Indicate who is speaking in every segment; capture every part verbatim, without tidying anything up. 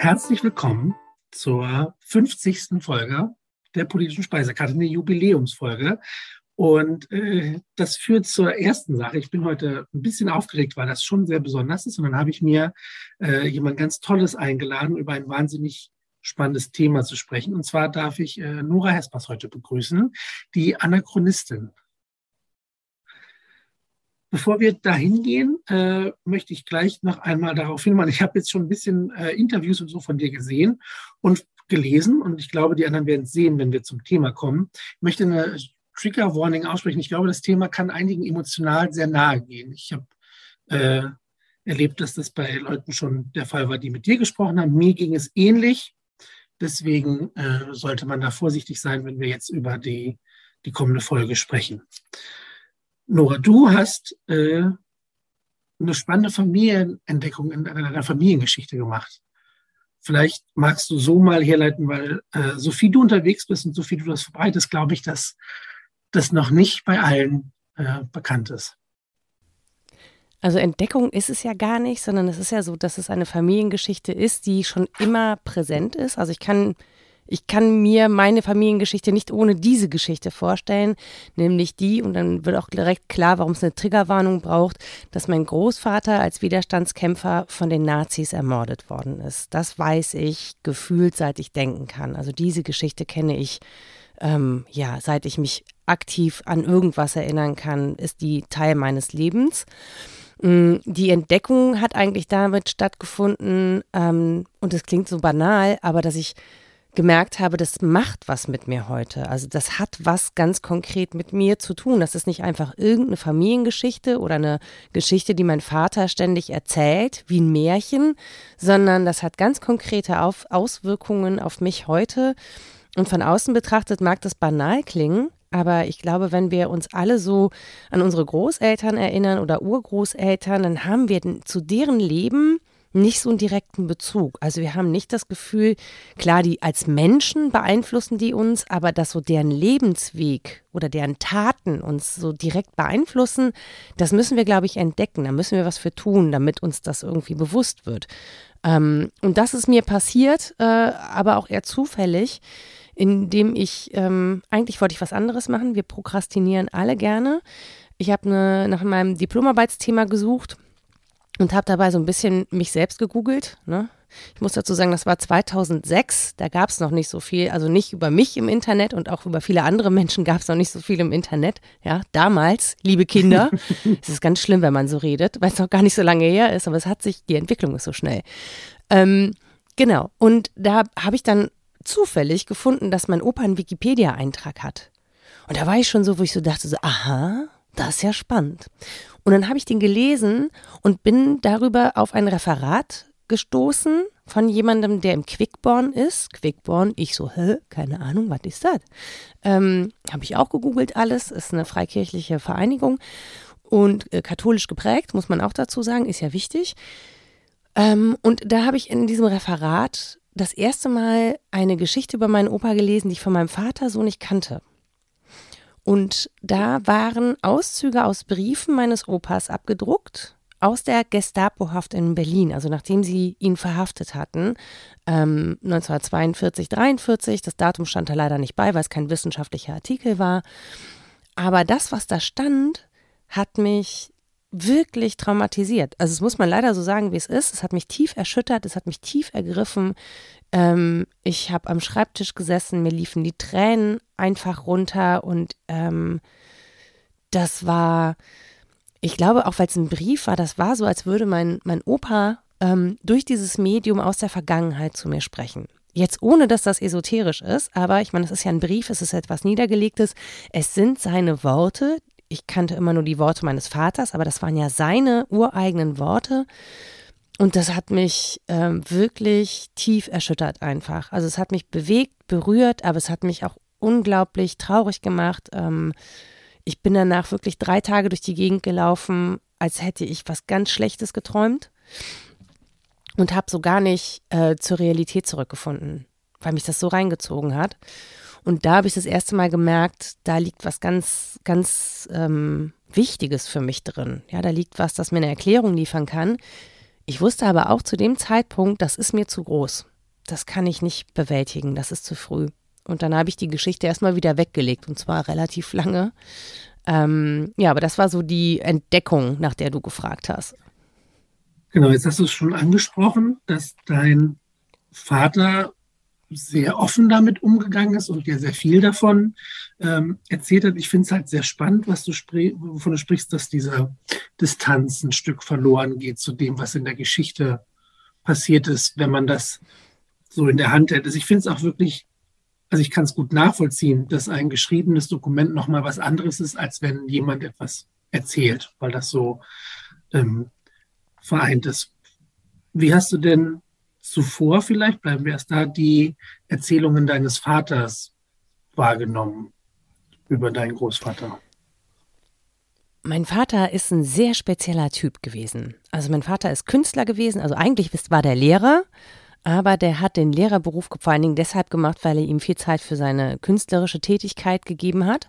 Speaker 1: Herzlich willkommen zur fünfzigsten Folge der politischen Speisekarte, eine Jubiläumsfolge. Und äh, das führt zur ersten Sache. Ich bin heute ein bisschen aufgeregt, weil das schon sehr besonders ist. Und dann habe ich mir äh, jemand ganz Tolles eingeladen, über ein wahnsinnig spannendes Thema zu sprechen. Und zwar darf ich äh, Nora Hespers heute begrüßen, die Anachronistin. Bevor wir dahin gehen, äh, möchte ich gleich noch einmal darauf hinweisen, ich habe jetzt schon ein bisschen äh, Interviews und so von dir gesehen und gelesen und ich glaube, die anderen werden es sehen, wenn wir zum Thema kommen. Ich möchte eine Trigger Warning aussprechen. Ich glaube, das Thema kann einigen emotional sehr nahe gehen. Ich habe äh, erlebt, dass das bei Leuten schon der Fall war, die mit dir gesprochen haben. Mir ging es ähnlich. Deswegen äh, sollte man da vorsichtig sein, wenn wir jetzt über die, die kommende Folge sprechen. Nora, du hast äh, eine spannende Familienentdeckung in deiner Familiengeschichte gemacht. Vielleicht magst du so mal herleiten, weil äh, so viel du unterwegs bist und so viel du das verbreitest, glaube ich, dass das noch nicht bei allen äh, bekannt ist.
Speaker 2: Also Entdeckung ist es ja gar nicht, sondern es ist ja so, dass es eine Familiengeschichte ist, die schon immer präsent ist. Also ich kann... Ich kann mir meine Familiengeschichte nicht ohne diese Geschichte vorstellen, nämlich die, und dann wird auch direkt klar, warum es eine Triggerwarnung braucht, dass mein Großvater als Widerstandskämpfer von den Nazis ermordet worden ist. Das weiß ich gefühlt, seit ich denken kann. Also diese Geschichte kenne ich, ähm, ja, seit ich mich aktiv an irgendwas erinnern kann, ist die Teil meines Lebens. Die Entdeckung hat eigentlich damit stattgefunden, ähm, und es klingt so banal, aber dass ich gemerkt habe, das macht was mit mir heute. Also das hat was ganz konkret mit mir zu tun. Das ist nicht einfach irgendeine Familiengeschichte oder eine Geschichte, die mein Vater ständig erzählt, wie ein Märchen, sondern das hat ganz konkrete Auf- Auswirkungen auf mich heute. Und von außen betrachtet mag das banal klingen, aber ich glaube, wenn wir uns alle so an unsere Großeltern erinnern oder Urgroßeltern, dann haben wir zu deren Leben nicht so einen direkten Bezug. Also wir haben nicht das Gefühl, klar, die als Menschen beeinflussen die uns, aber dass so deren Lebensweg oder deren Taten uns so direkt beeinflussen, das müssen wir, glaube ich, entdecken. Da müssen wir was für tun, damit uns das irgendwie bewusst wird. Ähm, und das ist mir passiert, äh, aber auch eher zufällig, indem ich, ähm, eigentlich wollte ich was anderes machen. Wir prokrastinieren alle gerne. Ich habe ne, nach meinem Diplomarbeitsthema gesucht und habe dabei so ein bisschen mich selbst gegoogelt, ne? Ich muss dazu sagen, das war zweitausendsechs, da gab es noch nicht so viel, also nicht über mich im Internet und auch über viele andere Menschen gab es noch nicht so viel im Internet. Ja, damals, liebe Kinder, es ist ganz schlimm, wenn man so redet, weil es noch gar nicht so lange her ist, aber es hat sich, die Entwicklung ist so schnell. Ähm, genau, und da habe ich dann zufällig gefunden, dass mein Opa einen Wikipedia-Eintrag hat. Und da war ich schon so, wo ich so dachte, so, aha, das ist ja spannend. Und dann habe ich den gelesen und bin darüber auf ein Referat gestoßen von jemandem, der im Quickborn ist. Quickborn, ich so, hä, keine Ahnung, was ist das? Ähm, habe ich auch gegoogelt alles, ist eine freikirchliche Vereinigung und äh, katholisch geprägt, muss man auch dazu sagen, ist ja wichtig. Ähm, und da habe ich in diesem Referat das erste Mal eine Geschichte über meinen Opa gelesen, die ich von meinem Vater so nicht kannte. Und da waren Auszüge aus Briefen meines Opas abgedruckt, aus der Gestapo-Haft in Berlin, also nachdem sie ihn verhaftet hatten, ähm, neunzehnhundertzweiundvierzig, dreiundvierzig, das Datum stand da leider nicht bei, weil es kein wissenschaftlicher Artikel war. Aber das, was da stand, hat mich wirklich traumatisiert. Also das muss man leider so sagen, wie es ist. Es hat mich tief erschüttert, es hat mich tief ergriffen. Ähm, ich habe am Schreibtisch gesessen, mir liefen die Tränen einfach runter und ähm, das war, ich glaube, auch weil es ein Brief war, das war so, als würde mein, mein Opa ähm, durch dieses Medium aus der Vergangenheit zu mir sprechen. Jetzt ohne, dass das esoterisch ist, aber ich meine, es ist ja ein Brief, es ist etwas Niedergelegtes. Es sind seine Worte. Ich kannte immer nur die Worte meines Vaters, aber das waren ja seine ureigenen Worte. Und das hat mich ähm, wirklich tief erschüttert einfach. Also es hat mich bewegt, berührt, aber es hat mich auch unglaublich traurig gemacht. Ähm, ich bin danach wirklich drei Tage durch die Gegend gelaufen, als hätte ich was ganz Schlechtes geträumt und habe so gar nicht äh, zur Realität zurückgefunden, weil mich das so reingezogen hat. Und da habe ich das erste Mal gemerkt, da liegt was ganz, ganz ähm, Wichtiges für mich drin. Ja, da liegt was, das mir eine Erklärung liefern kann. Ich wusste aber auch zu dem Zeitpunkt, das ist mir zu groß. das kann ich nicht bewältigen, das ist zu früh. Und dann habe ich die Geschichte erstmal wieder weggelegt und zwar relativ lange. Ähm, ja, aber das war so die Entdeckung, nach der du gefragt hast.
Speaker 1: Genau, jetzt hast du es schon angesprochen, dass dein Vater sehr offen damit umgegangen ist und dir sehr viel davon ähm, erzählt hat. Ich finde es halt sehr spannend, was du spr- wovon du sprichst, dass diese Distanz ein Stück verloren geht zu dem, was in der Geschichte passiert ist, wenn man das so in der Hand hält. Also ich finde es auch wirklich, also ich kann es gut nachvollziehen, dass ein geschriebenes Dokument nochmal was anderes ist, als wenn jemand etwas erzählt, weil das so ähm, vereint ist. Wie hast du denn zuvor, vielleicht bleiben wir erst da, die Erzählungen deines Vaters wahrgenommen über deinen Großvater?
Speaker 2: Mein Vater ist ein sehr spezieller Typ gewesen. Also mein Vater ist Künstler gewesen, also eigentlich war der Lehrer, aber der hat den Lehrerberuf vor allen Dingen deshalb gemacht, weil er ihm viel Zeit für seine künstlerische Tätigkeit gegeben hat.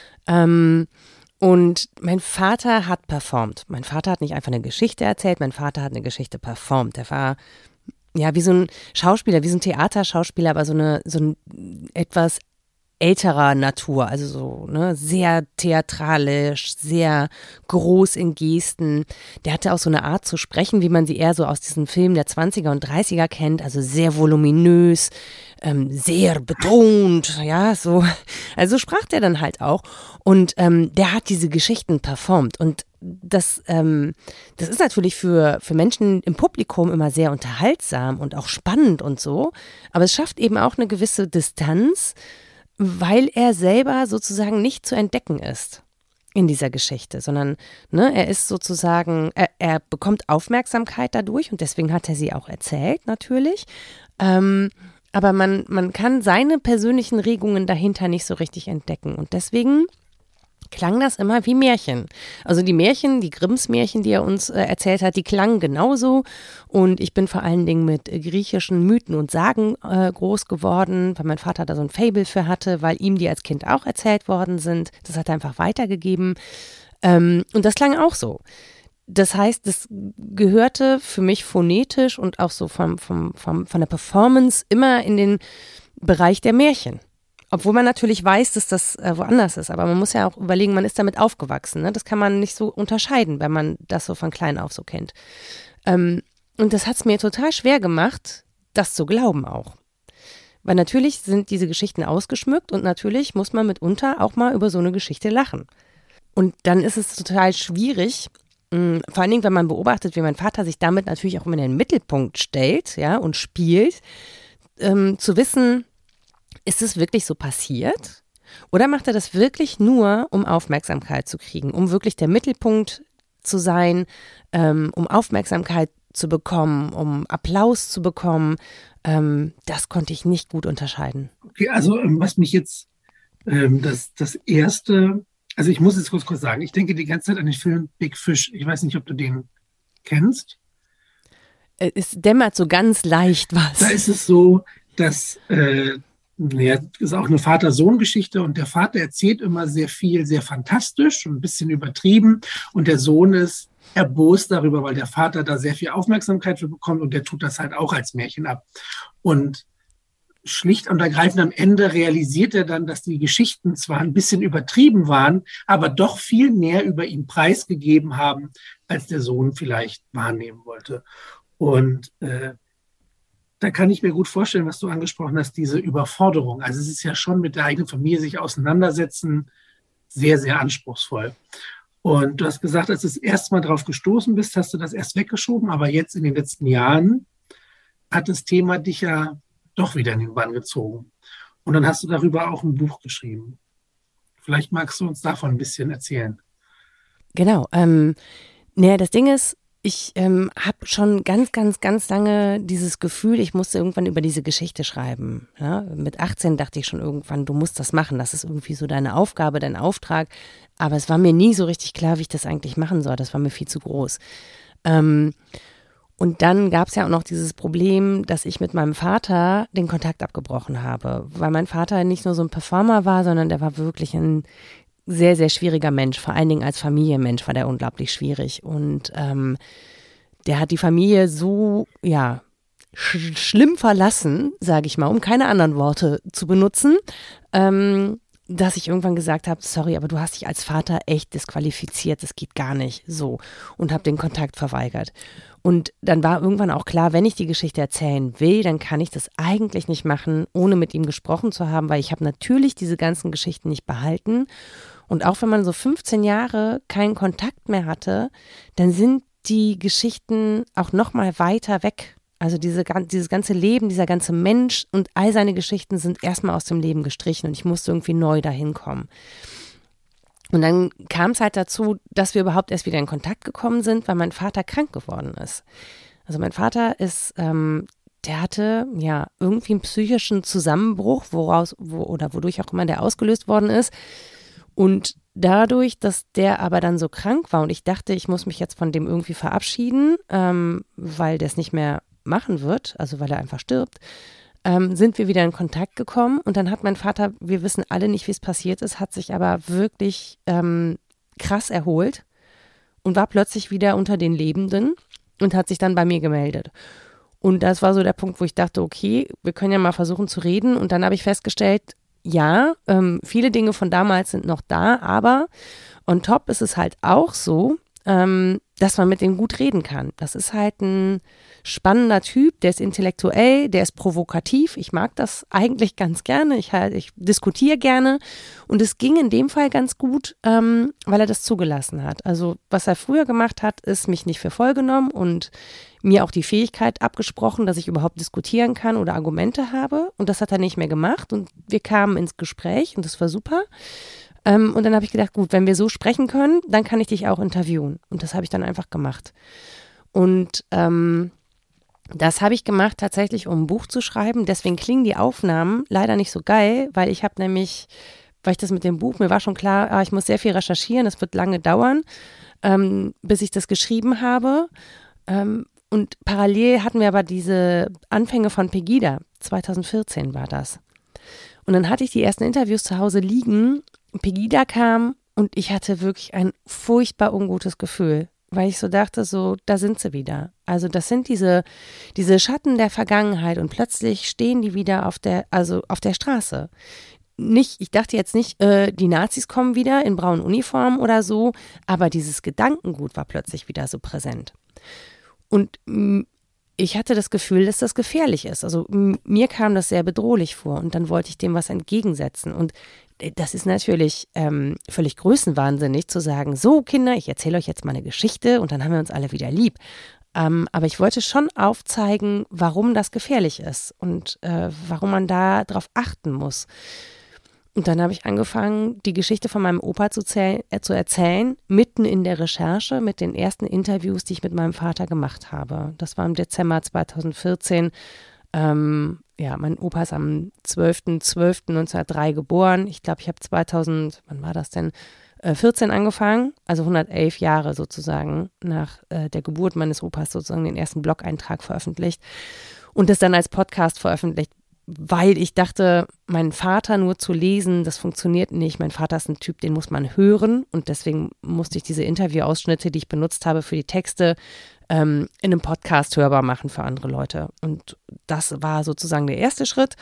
Speaker 2: Ähm, und mein Vater hat performt. Mein Vater hat nicht einfach eine Geschichte erzählt, mein Vater hat eine Geschichte performt. Der war ja wie so ein Schauspieler, wie so ein Theaterschauspieler, aber so eine so ein etwas älterer Natur, also so ne, sehr theatralisch, sehr groß in Gesten. Der hatte auch so eine Art zu sprechen, wie man sie eher so aus diesen Filmen der zwanziger und dreißiger kennt, also sehr voluminös, ähm, sehr betont, ja, so. Also sprach der dann halt auch und ähm, der hat diese Geschichten performt und das, ähm, das ist natürlich für, für Menschen im Publikum immer sehr unterhaltsam und auch spannend und so, aber es schafft eben auch eine gewisse Distanz, weil er selber sozusagen nicht zu entdecken ist in dieser Geschichte, sondern ne, er ist sozusagen, er, er bekommt Aufmerksamkeit dadurch und deswegen hat er sie auch erzählt natürlich, ähm, aber man, man kann seine persönlichen Regungen dahinter nicht so richtig entdecken und deswegen klang das immer wie Märchen. Also die Märchen, die Grimms Märchen, die er uns äh, erzählt hat, die klangen genauso. Und ich bin vor allen Dingen mit äh, griechischen Mythen und Sagen äh, groß geworden, weil mein Vater da so ein Faible für hatte, weil ihm die als Kind auch erzählt worden sind. Das hat er einfach weitergegeben. Ähm, und das klang auch so. Das heißt, das gehörte für mich phonetisch und auch so vom, vom, vom, von der Performance immer in den Bereich der Märchen. Obwohl man natürlich weiß, dass das äh, woanders ist. Aber man muss ja auch überlegen, man ist damit aufgewachsen. Ne? Das kann man nicht so unterscheiden, wenn man das so von klein auf so kennt. Ähm, und das hat es mir total schwer gemacht, das zu glauben auch. Weil natürlich sind diese Geschichten ausgeschmückt und natürlich muss man mitunter auch mal über so eine Geschichte lachen. Und dann ist es total schwierig, mh, vor allen Dingen, wenn man beobachtet, wie mein Vater sich damit natürlich auch immer in den Mittelpunkt stellt, ja, und spielt, ähm, zu wissen, ist es wirklich so passiert? Oder macht er das wirklich nur, um Aufmerksamkeit zu kriegen, um wirklich der Mittelpunkt zu sein, ähm, um Aufmerksamkeit zu bekommen, um Applaus zu bekommen? Ähm, das konnte ich nicht gut unterscheiden.
Speaker 1: Okay, also ähm, was mich jetzt ähm, das, das erste, also ich muss jetzt kurz, kurz sagen, ich denke die ganze Zeit an den Film Big Fish. Ich weiß nicht, ob du den kennst.
Speaker 2: Es dämmert so ganz leicht was.
Speaker 1: Da ist es so, dass äh, ja, ist auch eine Vater-Sohn-Geschichte und der Vater erzählt immer sehr viel, sehr fantastisch und ein bisschen übertrieben und der Sohn ist erbost darüber, weil der Vater da sehr viel Aufmerksamkeit für bekommt und der tut das halt auch als Märchen ab. Und schlicht und ergreifend am Ende realisiert er dann, dass die Geschichten zwar ein bisschen übertrieben waren, aber doch viel mehr über ihn preisgegeben haben, als der Sohn vielleicht wahrnehmen wollte. Und äh, da kann ich mir gut vorstellen, was du angesprochen hast, diese Überforderung. Also es ist ja schon mit der eigenen Familie sich auseinandersetzen, sehr, sehr anspruchsvoll. Und du hast gesagt, als du das erste Mal drauf gestoßen bist, hast du das erst weggeschoben, aber jetzt in den letzten Jahren hat das Thema dich ja doch wieder in den Bann gezogen. Und dann hast du darüber auch ein Buch geschrieben. Vielleicht magst du uns davon ein bisschen erzählen.
Speaker 2: Genau. Ähm, naja, das Ding ist, ich ähm, habe schon ganz, ganz, ganz lange dieses Gefühl, ich musste irgendwann über diese Geschichte schreiben. Ja? Mit achtzehn dachte ich schon irgendwann, du musst das machen. Das ist irgendwie so deine Aufgabe, dein Auftrag. Aber es war mir nie so richtig klar, wie ich das eigentlich machen soll. Das war mir viel zu groß. Ähm, und dann gab es ja auch noch dieses Problem, dass ich mit meinem Vater den Kontakt abgebrochen habe. Weil mein Vater nicht nur so ein Performer war, sondern der war wirklich ein sehr, sehr schwieriger Mensch, vor allen Dingen als Familienmensch war der unglaublich schwierig und ähm, der hat die Familie so, ja, sch- schlimm verlassen, sage ich mal, um keine anderen Worte zu benutzen, ähm, dass ich irgendwann gesagt habe, sorry, aber du hast dich als Vater echt disqualifiziert, das geht gar nicht, so, und habe den Kontakt verweigert. Und dann war irgendwann auch klar, wenn ich die Geschichte erzählen will, dann kann ich das eigentlich nicht machen, ohne mit ihm gesprochen zu haben, weil ich habe natürlich diese ganzen Geschichten nicht behalten. Und auch wenn man so fünfzehn Jahre keinen Kontakt mehr hatte, dann sind die Geschichten auch noch mal weiter weg. Also diese, dieses ganze Leben, dieser ganze Mensch und all seine Geschichten sind erstmal aus dem Leben gestrichen und ich musste irgendwie neu dahin kommen. Und dann kam es halt dazu, dass wir überhaupt erst wieder in Kontakt gekommen sind, weil mein Vater krank geworden ist. Also mein Vater ist, ähm, der hatte ja irgendwie einen psychischen Zusammenbruch, woraus, wo, oder wodurch auch immer der ausgelöst worden ist. Und dadurch, dass der aber dann so krank war und ich dachte, ich muss mich jetzt von dem irgendwie verabschieden, ähm, weil der es nicht mehr machen wird, also weil er einfach stirbt, ähm, sind wir wieder in Kontakt gekommen und dann hat mein Vater, wir wissen alle nicht, wie es passiert ist, hat sich aber wirklich ähm, krass erholt und war plötzlich wieder unter den Lebenden und hat sich dann bei mir gemeldet. Und das war so der Punkt, wo ich dachte, okay, wir können ja mal versuchen zu reden und dann habe ich festgestellt, ja, ähm, viele Dinge von damals sind noch da, aber on top ist es halt auch so, ähm, dass man mit dem gut reden kann. Das ist halt ein spannender Typ, der ist intellektuell, der ist provokativ. Ich mag das eigentlich ganz gerne. Ich, halt, ich diskutiere gerne. Und es ging in dem Fall ganz gut, ähm, weil er das zugelassen hat. Also was er früher gemacht hat, ist mich nicht für voll genommen und mir auch die Fähigkeit abgesprochen, dass ich überhaupt diskutieren kann oder Argumente habe. Und das hat er nicht mehr gemacht. Und wir kamen ins Gespräch und das war super. Ähm, und dann habe ich gedacht, gut, wenn wir so sprechen können, dann kann ich dich auch interviewen. Und das habe ich dann einfach gemacht. Und ähm, das habe ich gemacht tatsächlich, um ein Buch zu schreiben. Deswegen klingen die Aufnahmen leider nicht so geil, weil ich habe nämlich, weil ich das mit dem Buch, mir war schon klar, ah, ich muss sehr viel recherchieren, das wird lange dauern, ähm, bis ich das geschrieben habe. Ähm, und parallel hatten wir aber diese Anfänge von Pegida, zwanzig vierzehn war das. Und dann hatte ich die ersten Interviews zu Hause liegen, Pegida kam und ich hatte wirklich ein furchtbar ungutes Gefühl, weil ich so dachte, so, da sind sie wieder. Also das sind diese, diese Schatten der Vergangenheit und plötzlich stehen die wieder auf der, also auf der Straße. Nicht, ich dachte jetzt nicht, äh, die Nazis kommen wieder in braunen Uniformen oder so, aber dieses Gedankengut war plötzlich wieder so präsent. Und mh, ich hatte das Gefühl, dass das gefährlich ist. Also m- mir kam das sehr bedrohlich vor und dann wollte ich dem was entgegensetzen. Und das ist natürlich ähm, völlig größenwahnsinnig zu sagen, so Kinder, ich erzähle euch jetzt mal eine Geschichte und dann haben wir uns alle wieder lieb. Ähm, aber ich wollte schon aufzeigen, warum das gefährlich ist und äh, warum man da drauf achten muss. Und dann habe ich angefangen, die Geschichte von meinem Opa zu, zäh- äh, zu erzählen, mitten in der Recherche mit den ersten Interviews, die ich mit meinem Vater gemacht habe. Das war im Dezember zwanzig vierzehn. Ähm, ja, mein Opa ist am zwölfter zwölfter neunzehnhundertdrei geboren. Ich glaube, ich habe zweitausend, wann war das denn, äh, vierzehn angefangen, also hundertelf Jahre sozusagen nach äh, der Geburt meines Opas sozusagen den ersten Blog-Eintrag veröffentlicht und das dann als Podcast veröffentlicht, weil ich dachte, meinen Vater nur zu lesen, das funktioniert nicht. Mein Vater ist ein Typ, den muss man hören und deswegen musste ich diese Interviewausschnitte, die ich benutzt habe für die Texte, ähm, in einem Podcast hörbar machen für andere Leute. Und das war sozusagen der erste Schritt.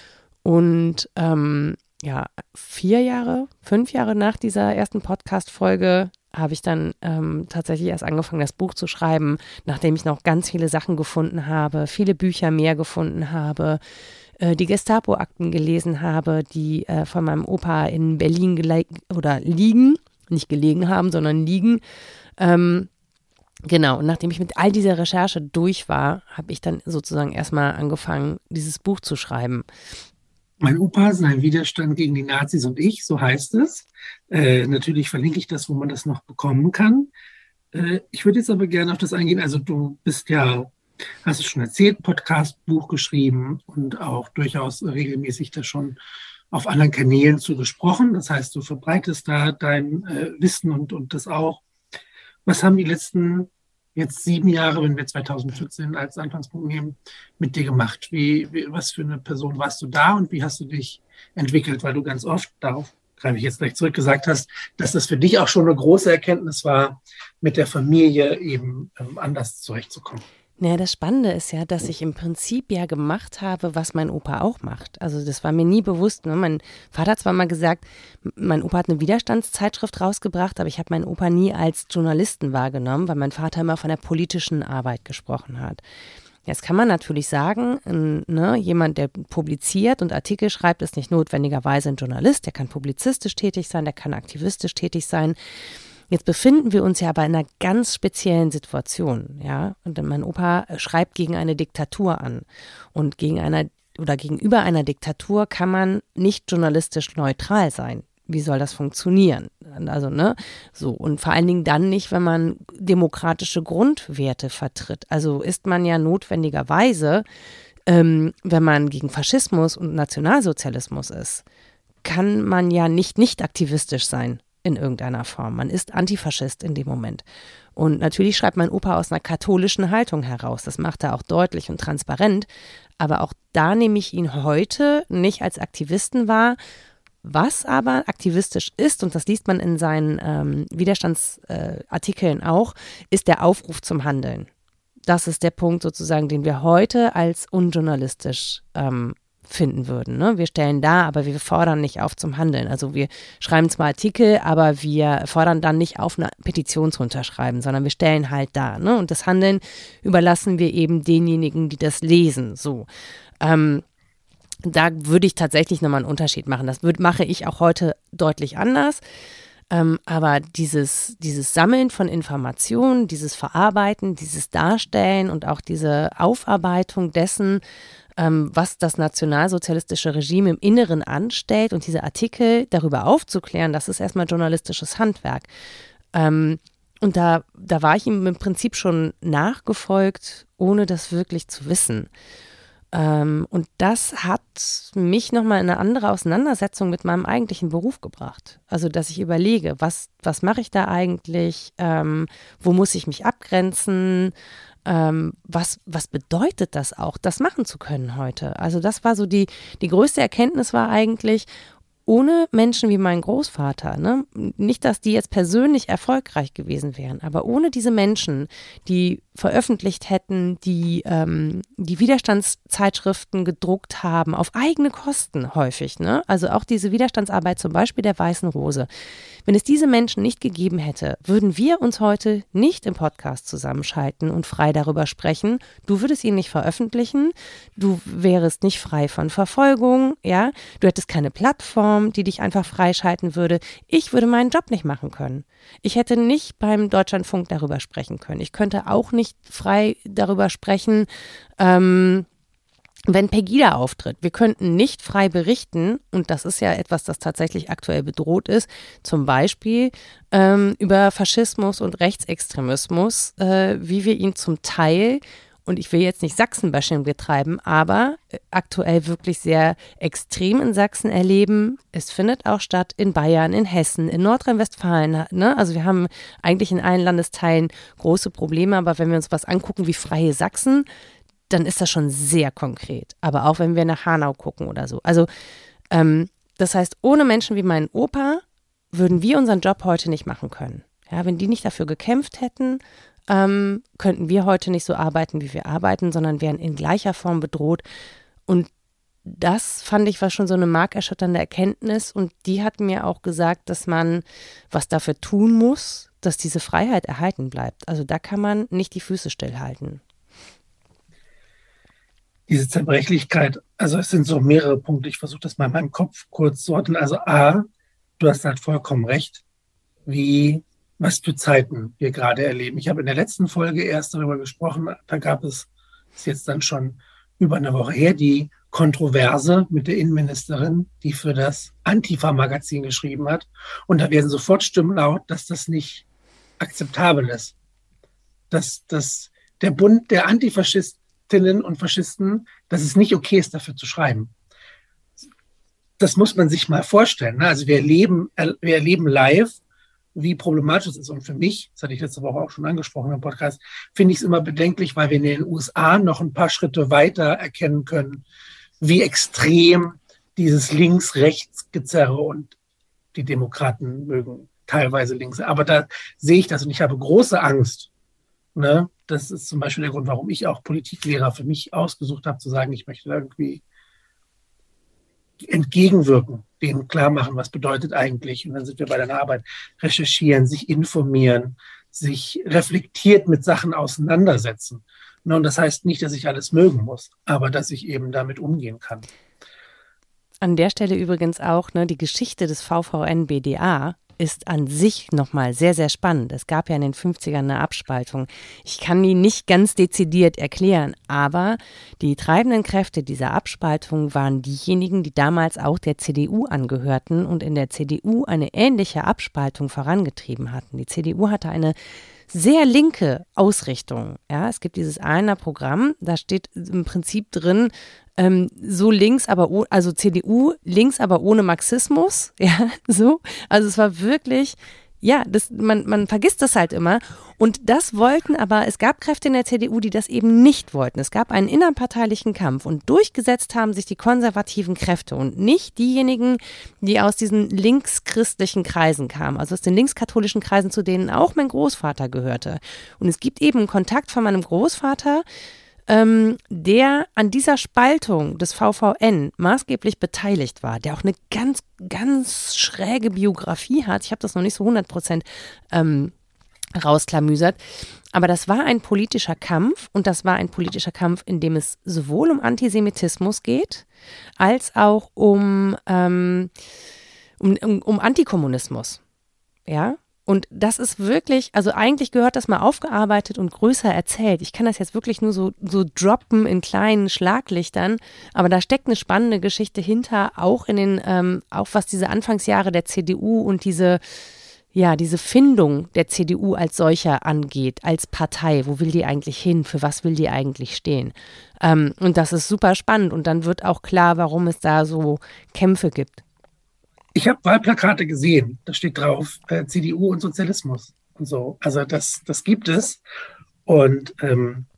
Speaker 2: Und ähm, ja, vier Jahre, fünf Jahre nach dieser ersten Podcast-Folge habe ich dann ähm, tatsächlich erst angefangen, das Buch zu schreiben, nachdem ich noch ganz viele Sachen gefunden habe, viele Bücher mehr gefunden habe, die Gestapo-Akten gelesen habe, die äh, von meinem Opa in Berlin gele- oder liegen, nicht gelegen haben, sondern liegen. Ähm, genau, und nachdem ich mit all dieser Recherche durch war, habe ich dann sozusagen erstmal angefangen, dieses Buch zu schreiben.
Speaker 1: Mein Opa, sein Widerstand gegen die Nazis und ich, so heißt es. Äh, natürlich verlinke ich das, wo man das noch bekommen kann. Äh, ich würde jetzt aber gerne auf das eingehen. Also du bist ja, hast du schon erzählt, Podcast, Buch geschrieben und auch durchaus regelmäßig da schon auf anderen Kanälen zu gesprochen. Das heißt, du verbreitest da dein äh, Wissen und, und das auch. Was haben die letzten jetzt sieben Jahre, wenn wir zwanzig vierzehn als Anfangspunkt nehmen, mit dir gemacht? Wie, wie, was für eine Person warst du da und wie hast du dich entwickelt? Weil du ganz oft, darauf greife ich jetzt gleich zurück, gesagt hast, dass das für dich auch schon eine große Erkenntnis war, mit der Familie eben ähm, anders zurechtzukommen.
Speaker 2: Naja, das Spannende ist ja, dass ich im Prinzip ja gemacht habe, was mein Opa auch macht. Also das war mir nie bewusst. Ne? Mein Vater hat zwar mal gesagt, mein Opa hat eine Widerstandszeitschrift rausgebracht, aber ich habe meinen Opa nie als Journalisten wahrgenommen, weil mein Vater immer von der politischen Arbeit gesprochen hat. Jetzt kann man natürlich sagen, ne, jemand, der publiziert und Artikel schreibt, ist nicht notwendigerweise ein Journalist. Der kann publizistisch tätig sein, der kann aktivistisch tätig sein. Jetzt befinden wir uns ja aber in einer ganz speziellen Situation, ja. Und mein Opa schreibt gegen eine Diktatur an. Und gegen einer oder gegenüber einer Diktatur kann man nicht journalistisch neutral sein. Wie soll das funktionieren? Also, ne, so. Und vor allen Dingen dann nicht, wenn man demokratische Grundwerte vertritt. Also ist man ja notwendigerweise, ähm, wenn man gegen Faschismus und Nationalsozialismus ist, kann man ja nicht nicht aktivistisch sein. In irgendeiner Form. Man ist Antifaschist in dem Moment. Und natürlich schreibt mein Opa aus einer katholischen Haltung heraus. Das macht er auch deutlich und transparent. Aber auch da nehme ich ihn heute nicht als Aktivisten wahr. Was aber aktivistisch ist, und das liest man in seinen ähm, Widerstandsartikeln äh, auch, ist der Aufruf zum Handeln. Das ist der Punkt sozusagen, den wir heute als unjournalistisch ähm, finden würden. Ne? Wir stellen dar, aber wir fordern nicht auf zum Handeln. Also wir schreiben zwar Artikel, aber wir fordern dann nicht auf, eine Petition zu unterschreiben, sondern wir stellen halt dar. Ne? Und das Handeln überlassen wir eben denjenigen, die das lesen. So. Ähm, da würde ich tatsächlich nochmal einen Unterschied machen. Das würd, mache ich auch heute deutlich anders. Ähm, aber dieses, dieses Sammeln von Informationen, dieses Verarbeiten, dieses Darstellen und auch diese Aufarbeitung dessen, ähm, was das nationalsozialistische Regime im Inneren anstellt und diese Artikel darüber aufzuklären, das ist erstmal journalistisches Handwerk. Ähm, und da, da war ich ihm im Prinzip schon nachgefolgt, ohne das wirklich zu wissen. Ähm, und das hat mich nochmal in eine andere Auseinandersetzung mit meinem eigentlichen Beruf gebracht. Also, dass ich überlege, was, was mache ich da eigentlich, ähm, wo muss ich mich abgrenzen, ähm, was, was bedeutet das auch, das machen zu können heute? Also das war so die, die größte Erkenntnis war eigentlich, ohne Menschen wie mein Großvater, ne? Nicht, dass die jetzt persönlich erfolgreich gewesen wären, aber ohne diese Menschen, die veröffentlicht hätten, die ähm, die Widerstandszeitschriften gedruckt haben, auf eigene Kosten häufig, ne? Also auch diese Widerstandsarbeit zum Beispiel der Weißen Rose. Wenn es diese Menschen nicht gegeben hätte, würden wir uns heute nicht im Podcast zusammenschalten und frei darüber sprechen. Du würdest ihn nicht veröffentlichen, du wärest nicht frei von Verfolgung, ja? Du hättest keine Plattform, die dich einfach freischalten würde. Ich würde meinen Job nicht machen können. Ich hätte nicht beim Deutschlandfunk darüber sprechen können. Ich könnte auch nicht frei darüber sprechen, ähm, wenn Pegida auftritt. Wir könnten nicht frei berichten, und das ist ja etwas, das tatsächlich aktuell bedroht ist, zum Beispiel ähm, über Faschismus und Rechtsextremismus, äh, wie wir ihn zum Teil, und ich will jetzt nicht Sachsenbashing betreiben, aber aktuell wirklich sehr extrem in Sachsen erleben. Es findet auch statt in Bayern, in Hessen, in Nordrhein-Westfalen. Ne? Also wir haben eigentlich in allen Landesteilen große Probleme, aber wenn wir uns was angucken wie Freie Sachsen, dann ist das schon sehr konkret. Aber auch wenn wir nach Hanau gucken oder so. Also ähm, das heißt, ohne Menschen wie meinen Opa würden wir unseren Job heute nicht machen können. Ja, wenn die nicht dafür gekämpft hätten, ähm, könnten wir heute nicht so arbeiten, wie wir arbeiten, sondern wären in gleicher Form bedroht. Und das fand ich war schon so eine markerschütternde Erkenntnis. Und die hat mir auch gesagt, dass man was dafür tun muss, dass diese Freiheit erhalten bleibt. Also da kann man nicht die Füße stillhalten.
Speaker 1: Diese Zerbrechlichkeit, also es sind so mehrere Punkte, ich versuche das mal in meinem Kopf kurz zu ordnen. Also A, du hast halt vollkommen recht, wie, was für Zeiten wir gerade erleben. Ich habe in der letzten Folge erst darüber gesprochen, da gab es, ist jetzt dann schon über eine Woche her, die Kontroverse mit der Innenministerin, die für das Antifa-Magazin geschrieben hat. Und da werden sofort Stimmen laut, dass das nicht akzeptabel ist. Dass, dass der Bund der Antifaschistinnen und Faschisten, dass es nicht okay ist, dafür zu schreiben. Das muss man sich mal vorstellen. Also wir erleben, wir erleben live, wie problematisch es ist. Und für mich, das hatte ich letzte Woche auch schon angesprochen im Podcast, finde ich es immer bedenklich, weil wir in den U S A noch ein paar Schritte weiter erkennen können, wie extrem dieses Links-Rechts-Gezerre, und die Demokraten mögen teilweise links. Aber da sehe ich das und ich habe große Angst, Ne? Das ist zum Beispiel der Grund, warum ich auch Politiklehrer für mich ausgesucht habe, zu sagen, ich möchte irgendwie entgegenwirken, denen klar machen, was bedeutet eigentlich. Und dann sind wir bei deiner Arbeit, recherchieren, sich informieren, sich reflektiert mit Sachen auseinandersetzen. Und das heißt nicht, dass ich alles mögen muss, aber dass ich eben damit umgehen kann.
Speaker 2: An der Stelle übrigens auch, ne, die Geschichte des V V N B D A ist an sich nochmal sehr, sehr spannend. Es gab ja in den fünfzigern eine Abspaltung. Ich kann die nicht ganz dezidiert erklären, aber die treibenden Kräfte dieser Abspaltung waren diejenigen, die damals auch der C D U angehörten und in der C D U eine ähnliche Abspaltung vorangetrieben hatten. Die C D U hatte eine sehr linke Ausrichtung. Ja, es gibt dieses Ahlener Programm, da steht im Prinzip drin, ähm, so links, aber oh, also C D U links, aber ohne Marxismus. Ja, so. Also es war wirklich, ja, das, man, man vergisst das halt immer. Und das wollten aber, es gab Kräfte in der C D U, die das eben nicht wollten. Es gab einen innerparteilichen Kampf und durchgesetzt haben sich die konservativen Kräfte und nicht diejenigen, die aus diesen linkschristlichen Kreisen kamen, also aus den linkskatholischen Kreisen, zu denen auch mein Großvater gehörte. Und es gibt eben einen Kontakt von meinem Großvater, ähm, der an dieser Spaltung des V V N maßgeblich beteiligt war, der auch eine ganz, ganz schräge Biografie hat. Ich habe das noch nicht so hundert Prozent ähm, rausklamüsert. Aber das war ein politischer Kampf und das war ein politischer Kampf, in dem es sowohl um Antisemitismus geht, als auch um, ähm, um, um, um Antikommunismus. Ja? Und das ist wirklich, also eigentlich gehört das mal aufgearbeitet und größer erzählt. Ich kann das jetzt wirklich nur so, so droppen in kleinen Schlaglichtern, aber da steckt eine spannende Geschichte hinter, auch in den, ähm, auch was diese Anfangsjahre der C D U und diese, ja, diese Findung der C D U als solcher angeht, als Partei. Wo will die eigentlich hin? Für was will die eigentlich stehen? Ähm, und das ist super spannend und dann wird auch klar, warum es da so Kämpfe gibt.
Speaker 1: Ich habe Wahlplakate gesehen, da steht drauf äh, C D U und Sozialismus und so. Also das, das gibt es. Und ähm,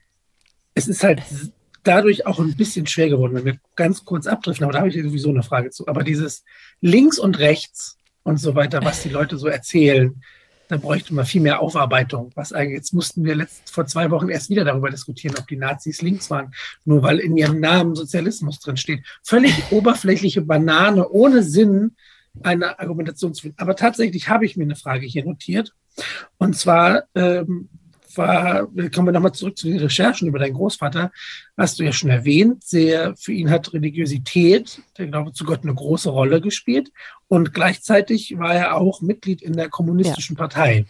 Speaker 1: es ist halt dadurch auch ein bisschen schwer geworden, wenn wir ganz kurz abdriften, aber da habe ich sowieso eine Frage zu. Aber dieses links und rechts und so weiter, was die Leute so erzählen, da bräuchte man viel mehr Aufarbeitung. Was eigentlich, jetzt mussten wir letzt, vor zwei Wochen erst wieder darüber diskutieren, ob die Nazis links waren, nur weil in ihrem Namen Sozialismus drin steht. Völlig oberflächliche Banane, ohne Sinn, eine Argumentation zu finden. Aber tatsächlich habe ich mir eine Frage hier notiert. Und zwar ähm, war, kommen wir nochmal zurück zu den Recherchen über deinen Großvater, hast du ja schon erwähnt, sehr, für ihn hat Religiosität, der Glaube zu Gott, eine große Rolle gespielt und gleichzeitig war er auch Mitglied in der kommunistischen ja. Partei.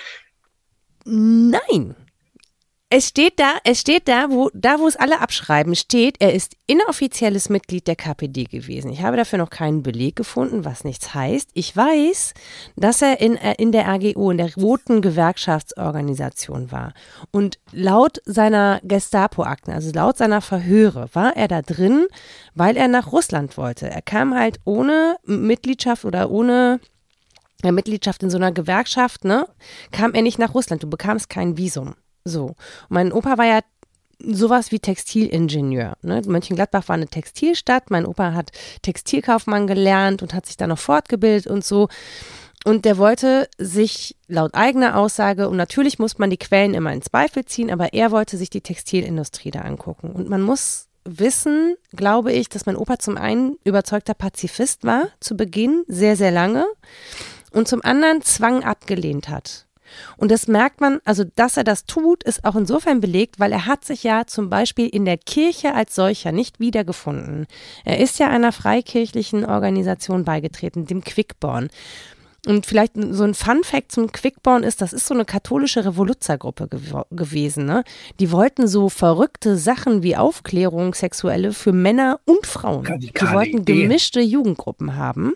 Speaker 2: Nein. Es steht da, es steht da, wo, da, wo es alle abschreiben, steht, er ist inoffizielles Mitglied der K P D gewesen. Ich habe dafür noch keinen Beleg gefunden, was nichts heißt. Ich weiß, dass er in, in der R G O, in der Roten Gewerkschaftsorganisation war. Und laut seiner Gestapo-Akten, also laut seiner Verhöre, war er da drin, weil er nach Russland wollte. Er kam halt ohne Mitgliedschaft oder ohne ja, Mitgliedschaft in so einer Gewerkschaft, ne, kam er nicht nach Russland. Du bekamst kein Visum. So, und mein Opa war ja sowas wie Textilingenieur. Ne? Mönchengladbach war eine Textilstadt. Mein Opa hat Textilkaufmann gelernt und hat sich da noch fortgebildet und so. Und der wollte sich laut eigener Aussage, und natürlich muss man die Quellen immer in Zweifel ziehen, aber er wollte sich die Textilindustrie da angucken. Und man muss wissen, glaube ich, dass mein Opa zum einen überzeugter Pazifist war, zu Beginn, sehr, sehr lange, und zum anderen Zwang abgelehnt hat. Und das merkt man, also dass er das tut, ist auch insofern belegt, weil er hat sich ja zum Beispiel in der Kirche als solcher nicht wiedergefunden. Er ist ja einer freikirchlichen Organisation beigetreten, dem Quickborn. Und vielleicht so ein Fun-Fact zum Quickborn ist, das ist so eine katholische Revoluzergruppe gew- gewesen. Ne? Die wollten so verrückte Sachen wie Aufklärung, sexuelle für Männer und Frauen.
Speaker 1: Radikale
Speaker 2: Die wollten
Speaker 1: Ideen.
Speaker 2: Gemischte Jugendgruppen haben.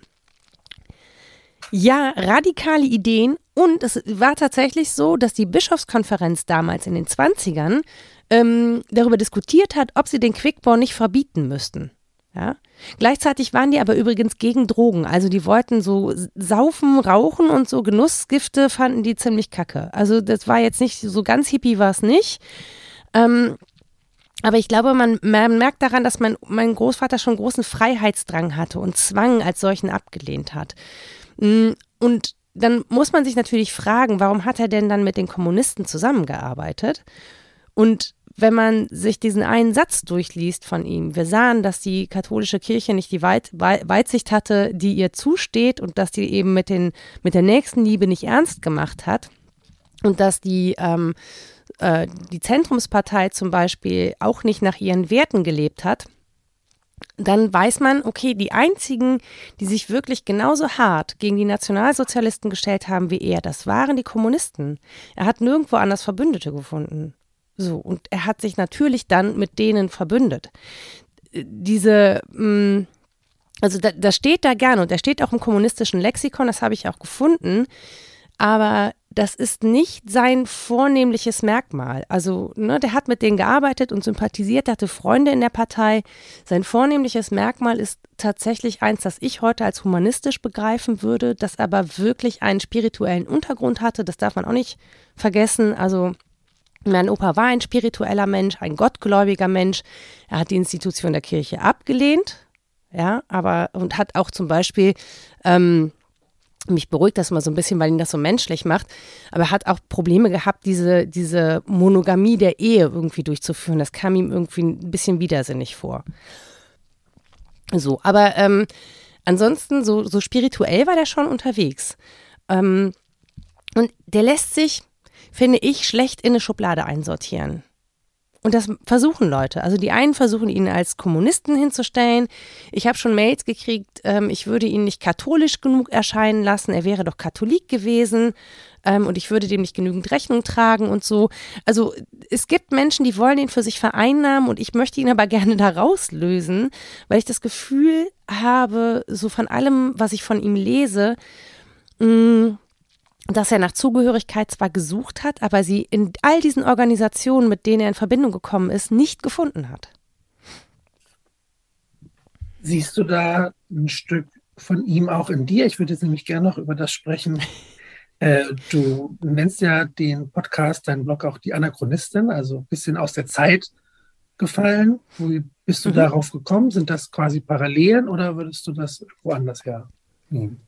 Speaker 2: Ja, radikale Ideen. Und es war tatsächlich so, dass die Bischofskonferenz damals in den zwanzigern ähm, darüber diskutiert hat, ob sie den Quickborn nicht verbieten müssten. Ja? Gleichzeitig waren die aber übrigens gegen Drogen. Also die wollten so saufen, rauchen und so Genussgifte fanden die ziemlich kacke. Also das war jetzt nicht, so ganz hippie war es nicht. Ähm, aber ich glaube, man, man merkt daran, dass mein, mein Großvater schon großen Freiheitsdrang hatte und Zwang als solchen abgelehnt hat. Und dann muss man sich natürlich fragen, warum hat er denn dann mit den Kommunisten zusammengearbeitet? Und wenn man sich diesen einen Satz durchliest von ihm, wir sahen, dass die katholische Kirche nicht die Weit, Weitsicht hatte, die ihr zusteht und dass die eben mit, den, mit der Nächstenliebe nicht ernst gemacht hat und dass die, ähm, äh, die Zentrumspartei zum Beispiel auch nicht nach ihren Werten gelebt hat, dann weiß man, okay, die einzigen, die sich wirklich genauso hart gegen die Nationalsozialisten gestellt haben wie er, das waren die Kommunisten. Er hat nirgendwo anders Verbündete gefunden. So, und er hat sich natürlich dann mit denen verbündet. Diese, mh, also da, das steht da gerne und der steht auch im kommunistischen Lexikon, das habe ich auch gefunden, aber das ist nicht sein vornehmliches Merkmal. Also, ne, der hat mit denen gearbeitet und sympathisiert, der hatte Freunde in der Partei. Sein vornehmliches Merkmal ist tatsächlich eins, das ich heute als humanistisch begreifen würde, das aber wirklich einen spirituellen Untergrund hatte, das darf man auch nicht vergessen. Also, mein Opa war ein spiritueller Mensch, ein gottgläubiger Mensch. Er hat die Institution der Kirche abgelehnt, ja, aber und hat auch zum Beispiel, ähm, mich beruhigt das mal so ein bisschen, weil ihn das so menschlich macht, aber er hat auch Probleme gehabt, diese, diese Monogamie der Ehe irgendwie durchzuführen. Das kam ihm irgendwie ein bisschen widersinnig vor. So, aber ähm, ansonsten, so, so spirituell war der schon unterwegs. Ähm, und der lässt sich, finde ich, schlecht in eine Schublade einsortieren. Und das versuchen Leute. Also die einen versuchen, ihn als Kommunisten hinzustellen. Ich habe schon Mails gekriegt, ähm, ich würde ihn nicht katholisch genug erscheinen lassen. Er wäre doch Katholik gewesen ähm, und ich würde dem nicht genügend Rechnung tragen und so. Also es gibt Menschen, die wollen ihn für sich vereinnahmen und ich möchte ihn aber gerne da rauslösen, weil ich das Gefühl habe, so von allem, was ich von ihm lese, mh, dass er nach Zugehörigkeit zwar gesucht hat, aber sie in all diesen Organisationen, mit denen er in Verbindung gekommen ist, nicht gefunden hat.
Speaker 1: Siehst du da ein Stück von ihm auch in dir? Ich würde jetzt nämlich gerne noch über das sprechen. Äh, du nennst ja den Podcast, deinen Blog auch die Anachronistin, also ein bisschen aus der Zeit gefallen. Wie bist du mhm. darauf gekommen? Sind das quasi Parallelen oder würdest du das woanders her nehmen?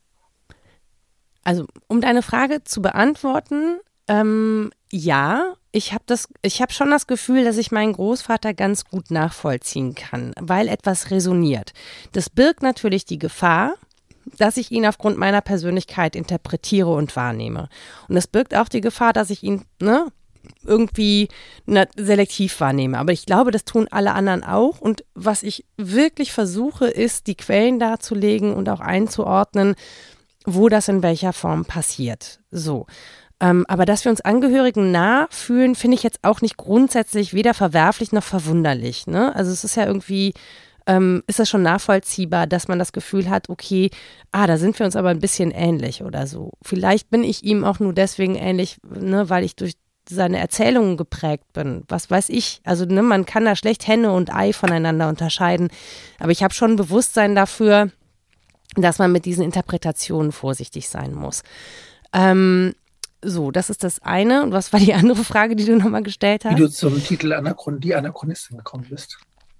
Speaker 2: Also, um deine Frage zu beantworten, ähm, ja, ich habe das, ich habe schon das Gefühl, dass ich meinen Großvater ganz gut nachvollziehen kann, weil etwas resoniert. Das birgt natürlich die Gefahr, dass ich ihn aufgrund meiner Persönlichkeit interpretiere und wahrnehme. Und es birgt auch die Gefahr, dass ich ihn, ne, irgendwie na, selektiv wahrnehme. Aber ich glaube, das tun alle anderen auch. Und was ich wirklich versuche, ist, die Quellen darzulegen und auch einzuordnen, wo das in welcher Form passiert. So. Ähm, aber dass wir uns Angehörigen nah fühlen, finde ich jetzt auch nicht grundsätzlich weder verwerflich noch verwunderlich. Ne? Also es ist ja irgendwie, ähm, ist das schon nachvollziehbar, dass man das Gefühl hat, okay, ah, da sind wir uns aber ein bisschen ähnlich oder so. Vielleicht bin ich ihm auch nur deswegen ähnlich, ne, weil ich durch seine Erzählungen geprägt bin. Was weiß ich. Also ne, man kann da schlecht Henne und Ei voneinander unterscheiden. Aber ich habe schon ein Bewusstsein dafür, dass man mit diesen Interpretationen vorsichtig sein muss. Ähm, so, das ist das eine. Und was war die andere Frage, die du nochmal gestellt hast?
Speaker 1: Wie du zum Titel Anachron- die Anachronistin gekommen bist.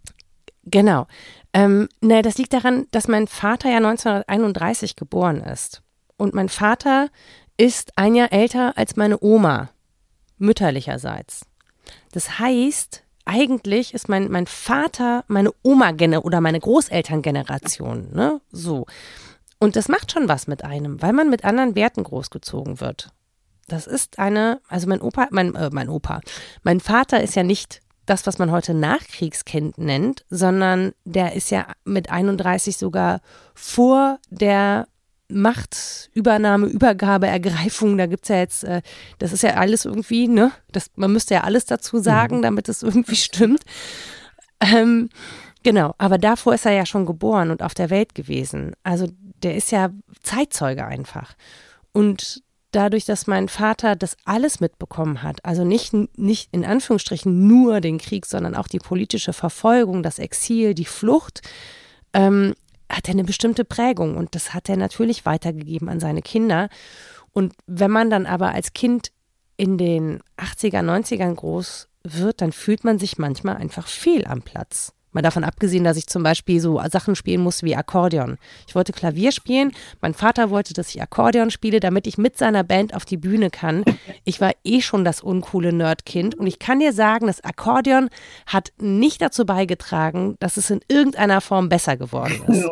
Speaker 2: Genau. Ähm, ne, das liegt daran, dass mein Vater ja neunzehnhunderteinunddreißig geboren ist. Und mein Vater ist ein Jahr älter als meine Oma, mütterlicherseits. Das heißt, eigentlich ist mein, mein Vater meine Oma oder meine Großelterngeneration, ne? So. Und das macht schon was mit einem, weil man mit anderen Werten großgezogen wird. Das ist eine, also mein Opa, mein, äh, mein Opa, mein Vater ist ja nicht das, was man heute Nachkriegskind nennt, sondern der ist ja mit einunddreißig sogar vor der Machtübernahme, Übergabe, Ergreifung, da gibt es ja jetzt, äh, das ist ja alles irgendwie, ne, das, man müsste ja alles dazu sagen, mhm. damit es irgendwie stimmt. Ähm, genau, aber davor ist er ja schon geboren und auf der Welt gewesen. Also der ist ja Zeitzeuge einfach. Und dadurch, dass mein Vater das alles mitbekommen hat, also nicht, nicht in Anführungsstrichen nur den Krieg, sondern auch die politische Verfolgung, das Exil, die Flucht, ähm, hat er eine bestimmte Prägung und das hat er natürlich weitergegeben an seine Kinder. Und wenn man dann aber als Kind in den achtziger, neunzigern groß wird, dann fühlt man sich manchmal einfach fehl am Platz. Mal davon abgesehen, dass ich zum Beispiel so Sachen spielen muss wie Akkordeon. Ich wollte Klavier spielen, mein Vater wollte, dass ich Akkordeon spiele, damit ich mit seiner Band auf die Bühne kann. Ich war eh schon das uncoole Nerdkind und ich kann dir sagen, das Akkordeon hat nicht dazu beigetragen, dass es in irgendeiner Form besser geworden ist.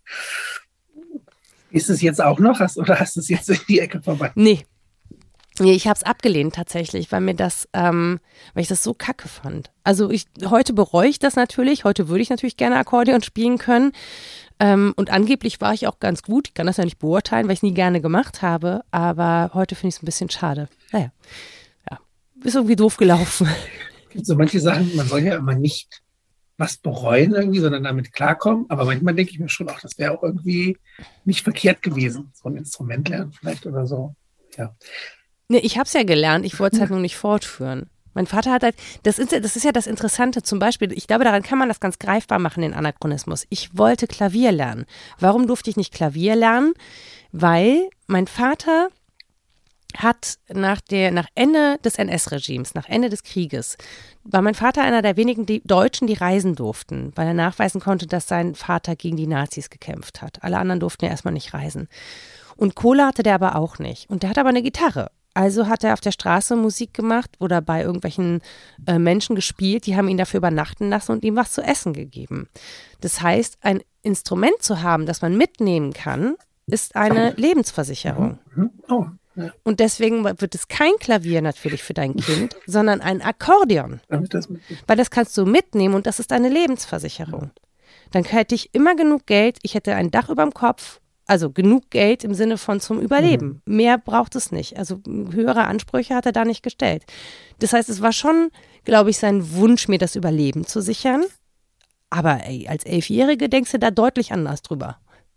Speaker 1: Ist es jetzt auch noch hast, oder hast du es jetzt in die Ecke vorbei?
Speaker 2: Nee. Nee, ich habe es abgelehnt tatsächlich, weil mir das, ähm, weil ich das so kacke fand. Also ich, heute bereue ich das natürlich, heute würde ich natürlich gerne Akkordeon spielen können ähm, und angeblich war ich auch ganz gut, ich kann das ja nicht beurteilen, weil ich es nie gerne gemacht habe, aber heute finde ich es ein bisschen schade. Naja, ja, ist irgendwie doof gelaufen.
Speaker 1: Es gibt so manche Sachen, man soll ja immer nicht was bereuen irgendwie, sondern damit klarkommen, aber manchmal denke ich mir schon auch, das wäre auch irgendwie nicht verkehrt gewesen, so ein Instrument lernen vielleicht oder so, ja.
Speaker 2: Nee, ich habe es ja gelernt, ich wollte es halt nur nicht fortführen. Mein Vater hat halt, das ist, das ist ja das Interessante, zum Beispiel, ich glaube, daran kann man das ganz greifbar machen, den Anachronismus. Ich wollte Klavier lernen. Warum durfte ich nicht Klavier lernen? Weil mein Vater hat nach, der, nach Ende des N S-Regimes, nach Ende des Krieges, war mein Vater einer der wenigen die Deutschen, die reisen durften, weil er nachweisen konnte, dass sein Vater gegen die Nazis gekämpft hat. Alle anderen durften ja erstmal nicht reisen. Und Kohle hatte der aber auch nicht. Und der hat aber eine Gitarre. Also hat er auf der Straße Musik gemacht oder bei irgendwelchen äh, Menschen gespielt, die haben ihn dafür übernachten lassen und ihm was zu essen gegeben. Das heißt, ein Instrument zu haben, das man mitnehmen kann, ist eine Lebensversicherung.
Speaker 1: Oh, ja.
Speaker 2: Und deswegen wird es kein Klavier natürlich für dein Kind, sondern ein Akkordeon.
Speaker 1: Das
Speaker 2: Weil das kannst du mitnehmen und das ist eine Lebensversicherung. Dann hätte ich immer genug Geld, ich hätte ein Dach über dem Kopf. Also genug Geld im Sinne von zum Überleben. Mhm. Mehr braucht es nicht. Also höhere Ansprüche hat er da nicht gestellt. Das heißt, es war schon, glaube ich, sein Wunsch, mir das Überleben zu sichern. Aber ey, als Elfjährige denkst du da deutlich anders drüber.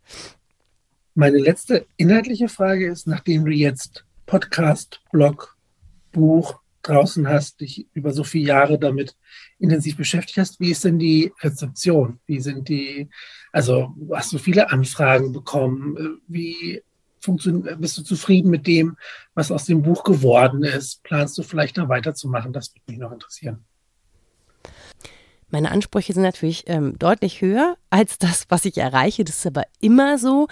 Speaker 1: Meine letzte inhaltliche Frage ist, nachdem du jetzt Podcast, Blog, Buch draußen hast, dich über so viele Jahre damit intensiv beschäftigt hast, wie ist denn die Rezeption? Wie sind die, also hast du viele Anfragen bekommen? Wie funktioniert, bist du zufrieden mit dem, was aus dem Buch geworden ist? Planst du vielleicht da weiterzumachen? Das würde mich noch interessieren.
Speaker 2: Meine Ansprüche sind natürlich ähm, deutlich höher als das, was ich erreiche. Das ist aber immer so.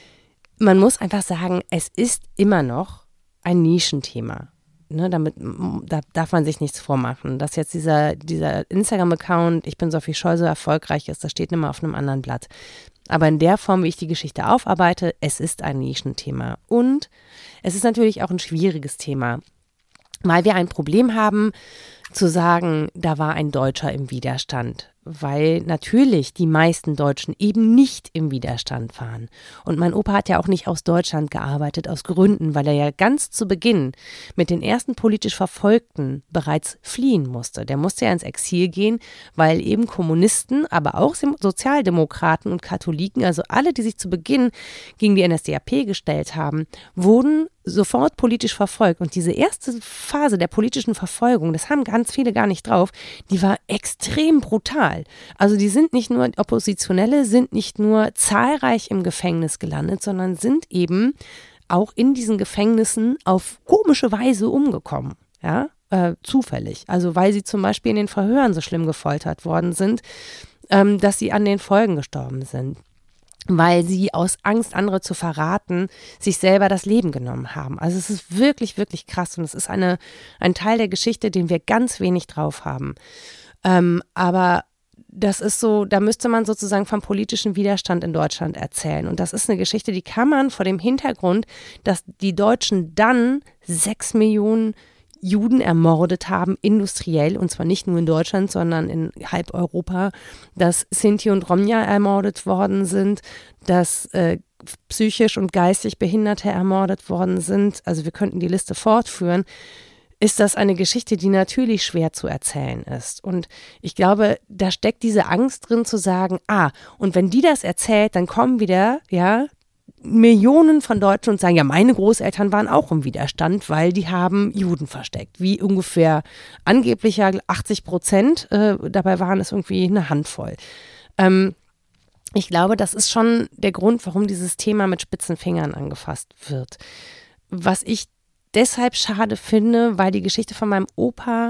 Speaker 2: Man muss einfach sagen, es ist immer noch ein Nischenthema. Ne, damit da darf man sich nichts vormachen. Dass jetzt dieser, dieser Instagram-Account, ich bin Sophie Scholl, so erfolgreich ist, das steht immer auf einem anderen Blatt. Aber in der Form, wie ich die Geschichte aufarbeite, es ist ein Nischenthema. Und es ist natürlich auch ein schwieriges Thema, weil wir ein Problem haben, zu sagen, da war ein Deutscher im Widerstand. Weil natürlich die meisten Deutschen eben nicht im Widerstand waren. Und mein Opa hat ja auch nicht aus Deutschland gearbeitet, aus Gründen, weil er ja ganz zu Beginn mit den ersten politisch Verfolgten bereits fliehen musste. Der musste ja ins Exil gehen, weil eben Kommunisten, aber auch Sozialdemokraten und Katholiken, also alle, die sich zu Beginn gegen die N S D A P gestellt haben, wurden sofort politisch verfolgt. Und diese erste Phase der politischen Verfolgung, das haben ganz viele gar nicht drauf, die war extrem brutal. Also die sind nicht nur, Oppositionelle sind nicht nur zahlreich im Gefängnis gelandet, sondern sind eben auch in diesen Gefängnissen auf komische Weise umgekommen, ja, äh, zufällig. Also weil sie zum Beispiel in den Verhören so schlimm gefoltert worden sind, ähm, dass sie an den Folgen gestorben sind. Weil sie aus Angst, andere zu verraten, sich selber das Leben genommen haben. Also es ist wirklich, wirklich krass und es ist eine, ein Teil der Geschichte, den wir ganz wenig drauf haben. Ähm, aber das ist so, da müsste man sozusagen vom politischen Widerstand in Deutschland erzählen. Und das ist eine Geschichte, die kann man vor dem Hintergrund, dass die Deutschen dann sechs Millionen Juden ermordet haben, industriell, und zwar nicht nur in Deutschland, sondern in halb Europa, dass Sinti und Romja ermordet worden sind, dass äh, psychisch und geistig Behinderte ermordet worden sind. Also wir könnten die Liste fortführen. Ist das eine Geschichte, die natürlich schwer zu erzählen ist. Und ich glaube, da steckt diese Angst drin zu sagen, ah, und wenn die das erzählt, dann kommen wieder, ja, Millionen von Deutschen und sagen, ja, meine Großeltern waren auch im Widerstand, weil die haben Juden versteckt. Wie ungefähr angeblich ja achtzig Prozent, äh, dabei waren es irgendwie eine Handvoll. Ähm, ich glaube, das ist schon der Grund, warum dieses Thema mit spitzen Fingern angefasst wird. Was ich deshalb schade finde, weil die Geschichte von meinem Opa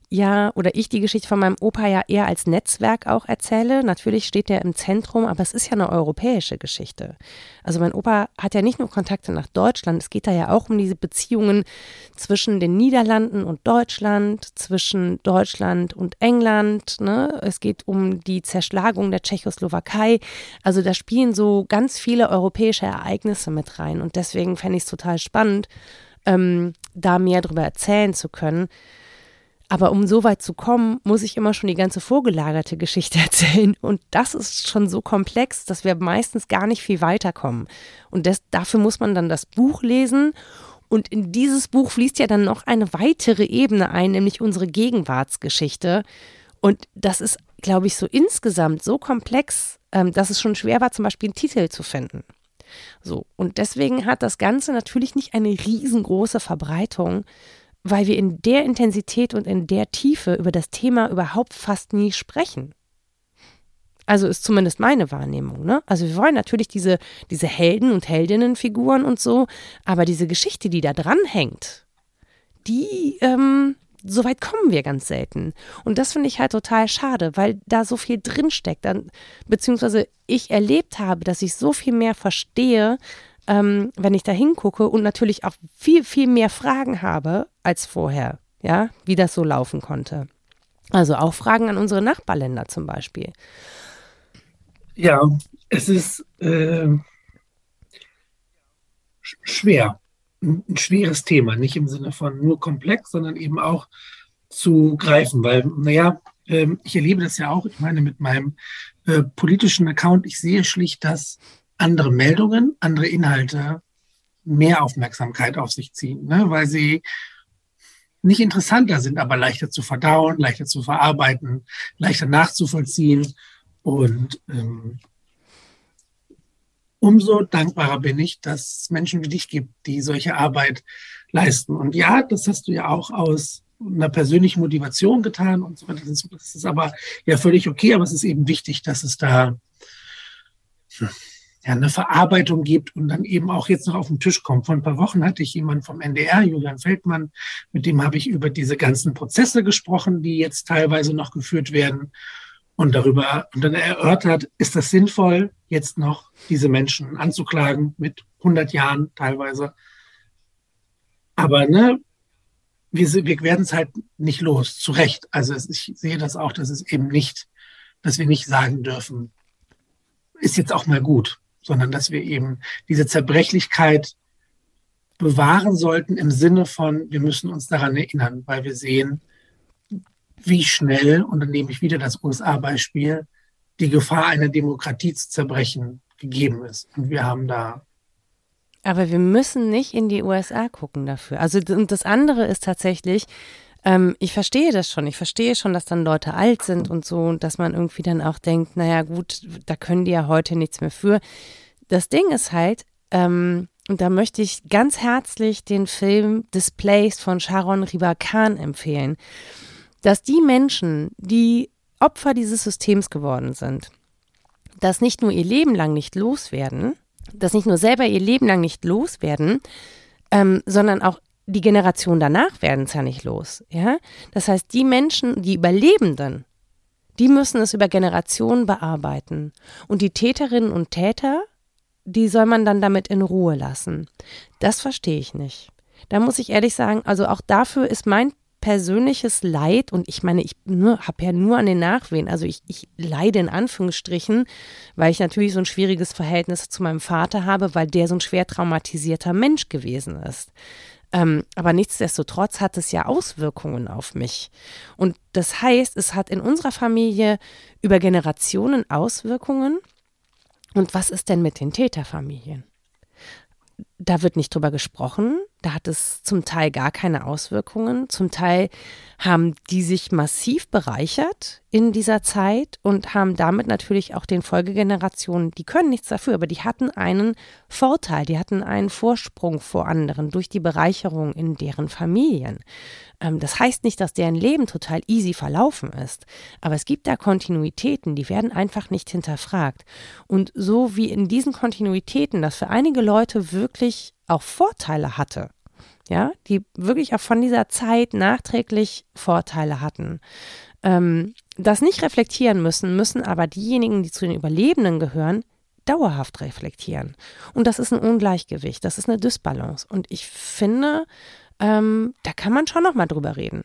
Speaker 2: ja, oder ich die Geschichte von meinem Opa ja eher als Netzwerk auch erzähle. Natürlich steht der im Zentrum, aber es ist ja eine europäische Geschichte. Also mein Opa hat ja nicht nur Kontakte nach Deutschland, es geht da ja auch um diese Beziehungen zwischen den Niederlanden und Deutschland, zwischen Deutschland und England, ne? Es geht um die Zerschlagung der Tschechoslowakei. Also da spielen so ganz viele europäische Ereignisse mit rein und deswegen fände ich es total spannend, ähm, da mehr drüber erzählen zu können. Aber um so weit zu kommen, muss ich immer schon die ganze vorgelagerte Geschichte erzählen. Und das ist schon so komplex, dass wir meistens gar nicht viel weiterkommen. Und das, dafür muss man dann das Buch lesen. Und in dieses Buch fließt ja dann noch eine weitere Ebene ein, nämlich unsere Gegenwartsgeschichte. Und das ist, glaube ich, so insgesamt so komplex, ähm, dass es schon schwer war, zum Beispiel einen Titel zu finden. So, und deswegen hat das Ganze natürlich nicht eine riesengroße Verbreitung, weil wir in der Intensität und in der Tiefe über das Thema überhaupt fast nie sprechen. Also ist zumindest meine Wahrnehmung, ne? Also wir wollen natürlich diese, diese Helden- und Heldinnenfiguren und so, aber diese Geschichte, die da dran hängt, die, ähm, so weit kommen wir ganz selten. Und das finde ich halt total schade, weil da so viel drinsteckt, dann, beziehungsweise ich erlebt habe, dass ich so viel mehr verstehe, Ähm, wenn ich da hingucke und natürlich auch viel, viel mehr Fragen habe als vorher, ja, wie das so laufen konnte. Also auch Fragen an unsere Nachbarländer zum Beispiel.
Speaker 1: Ja, es ist äh, sch- schwer, ein ein schweres Thema, nicht im Sinne von nur komplex, sondern eben auch zu greifen, weil, naja, ähm, ich erlebe das ja auch, ich meine, mit meinem äh, politischen Account, ich sehe schlicht, dass andere Meldungen, andere Inhalte mehr Aufmerksamkeit auf sich ziehen, ne? Weil sie nicht interessanter sind, aber leichter zu verdauen, leichter zu verarbeiten, leichter nachzuvollziehen. Und ähm, umso dankbarer bin ich, dass es Menschen wie dich gibt, die solche Arbeit leisten. Und ja, das hast du ja auch aus einer persönlichen Motivation getan und so weiter. Das ist, das ist aber ja völlig okay, aber es ist eben wichtig, dass es da ja, eine Verarbeitung gibt und dann eben auch jetzt noch auf den Tisch kommt. Vor ein paar Wochen hatte ich jemanden vom N D R, Julian Feldmann, mit dem habe ich über diese ganzen Prozesse gesprochen, die jetzt teilweise noch geführt werden und darüber und dann erörtert, ist das sinnvoll, jetzt noch diese Menschen anzuklagen mit hundert Jahren teilweise. Aber ne, wir, wir werden es halt nicht los, zu Recht. Also es, ich sehe das auch, dass es eben nicht, dass wir nicht sagen dürfen, ist jetzt auch mal gut, sondern dass wir eben diese Zerbrechlichkeit bewahren sollten im Sinne von, wir müssen uns daran erinnern, weil wir sehen, wie schnell, und dann nehme ich wieder das U S A-Beispiel, die Gefahr einer Demokratie zu zerbrechen gegeben ist. Und wir haben da...
Speaker 2: Aber wir müssen nicht in die U S A gucken dafür. Also und das andere ist tatsächlich, ähm, ich verstehe das schon. Ich verstehe schon, dass dann Leute alt sind und so und dass man irgendwie dann auch denkt, naja gut, da können die ja heute nichts mehr für. Das Ding ist halt, ähm, und da möchte ich ganz herzlich den Film Displaced von Sharon Riba Khan empfehlen, dass die Menschen, die Opfer dieses Systems geworden sind, das nicht nur ihr Leben lang nicht loswerden, das nicht nur selber ihr Leben lang nicht loswerden, ähm, sondern auch die Generation danach werden es ja nicht los. Ja? Das heißt, die Menschen, die Überlebenden, die müssen es über Generationen bearbeiten. Und die Täterinnen und Täter, die soll man dann damit in Ruhe lassen. Das verstehe ich nicht. Da muss ich ehrlich sagen, also auch dafür ist mein persönliches Leid, und ich meine, ich habe ja nur an den Nachwehen, also ich, ich leide in Anführungsstrichen, weil ich natürlich so ein schwieriges Verhältnis zu meinem Vater habe, weil der so ein schwer traumatisierter Mensch gewesen ist. Ähm, aber nichtsdestotrotz hat es ja Auswirkungen auf mich. Und das heißt, es hat in unserer Familie über Generationen Auswirkungen. Und was ist denn mit den Täterfamilien? Da wird nicht drüber gesprochen, da hat es zum Teil gar keine Auswirkungen, zum Teil haben die sich massiv bereichert in dieser Zeit und haben damit natürlich auch den Folgegenerationen, die können nichts dafür, aber die hatten einen Vorteil, die hatten einen Vorsprung vor anderen durch die Bereicherung in deren Familien. Ähm, das heißt nicht, dass deren Leben total easy verlaufen ist, aber es gibt da Kontinuitäten, die werden einfach nicht hinterfragt. Und so wie in diesen Kontinuitäten das für einige Leute wirklich auch Vorteile hatte, ja, die wirklich auch von dieser Zeit nachträglich Vorteile hatten. Ähm, das nicht reflektieren müssen, müssen aber diejenigen, die zu den Überlebenden gehören, dauerhaft reflektieren. Und das ist ein Ungleichgewicht, das ist eine Dysbalance. Und ich finde, ähm, da kann man schon noch mal drüber reden.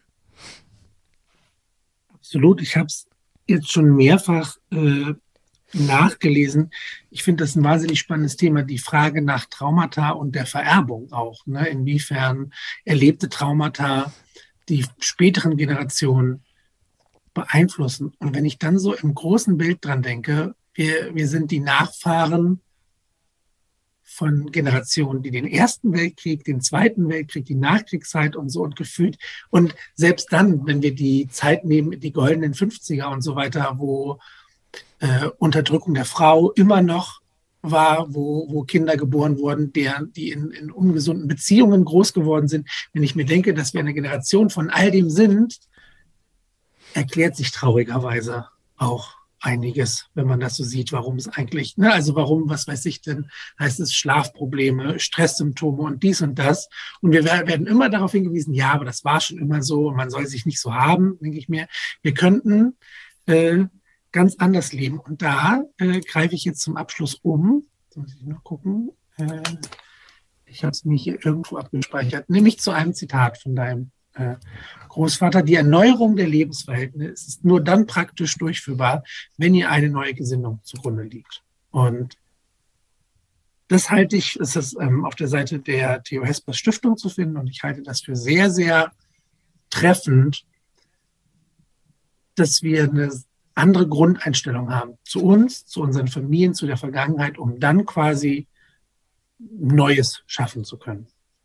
Speaker 1: Absolut, ich habe es jetzt schon mehrfach äh, nachgelesen. Ich finde das ein wahnsinnig spannendes Thema, die Frage nach Traumata und der Vererbung auch. Ne? Inwiefern erlebte Traumata die späteren Generationen beeinflussen. Und wenn ich dann so im großen Bild dran denke, wir, wir sind die Nachfahren von Generationen, die den Ersten Weltkrieg, den Zweiten Weltkrieg, die Nachkriegszeit und so und gefühlt. Und selbst dann, wenn wir die Zeit nehmen, die goldenen fünfziger und so weiter, wo äh, Unterdrückung der Frau immer noch war, wo, wo Kinder geboren wurden, der, die in, in ungesunden Beziehungen groß geworden sind. Wenn ich mir denke, dass wir eine Generation von all dem sind, erklärt sich traurigerweise auch einiges, wenn man das so sieht, warum es eigentlich, ne, also warum, was weiß ich denn, heißt es Schlafprobleme, Stresssymptome und dies und das. Und wir werden immer darauf hingewiesen, ja, aber das war schon immer so und man soll sich nicht so haben, denke ich mir. Wir könnten äh, ganz anders leben. Und da äh, greife ich jetzt zum Abschluss um. Jetzt muss ich noch gucken. Äh, ich habe es mir hier irgendwo abgespeichert, nämlich zu einem Zitat von deinem äh, Großvater. Die Erneuerung der Lebensverhältnisse ist nur dann praktisch durchführbar, wenn ihr eine neue Gesinnung zugrunde liegt. Und das halte ich, ist das ähm, auf der Seite der Theo Hespers Stiftung zu finden und ich halte das für sehr, sehr treffend, dass wir eine andere Grundeinstellung haben zu uns, zu unseren Familien, zu der Vergangenheit, um dann quasi Neues schaffen zu können.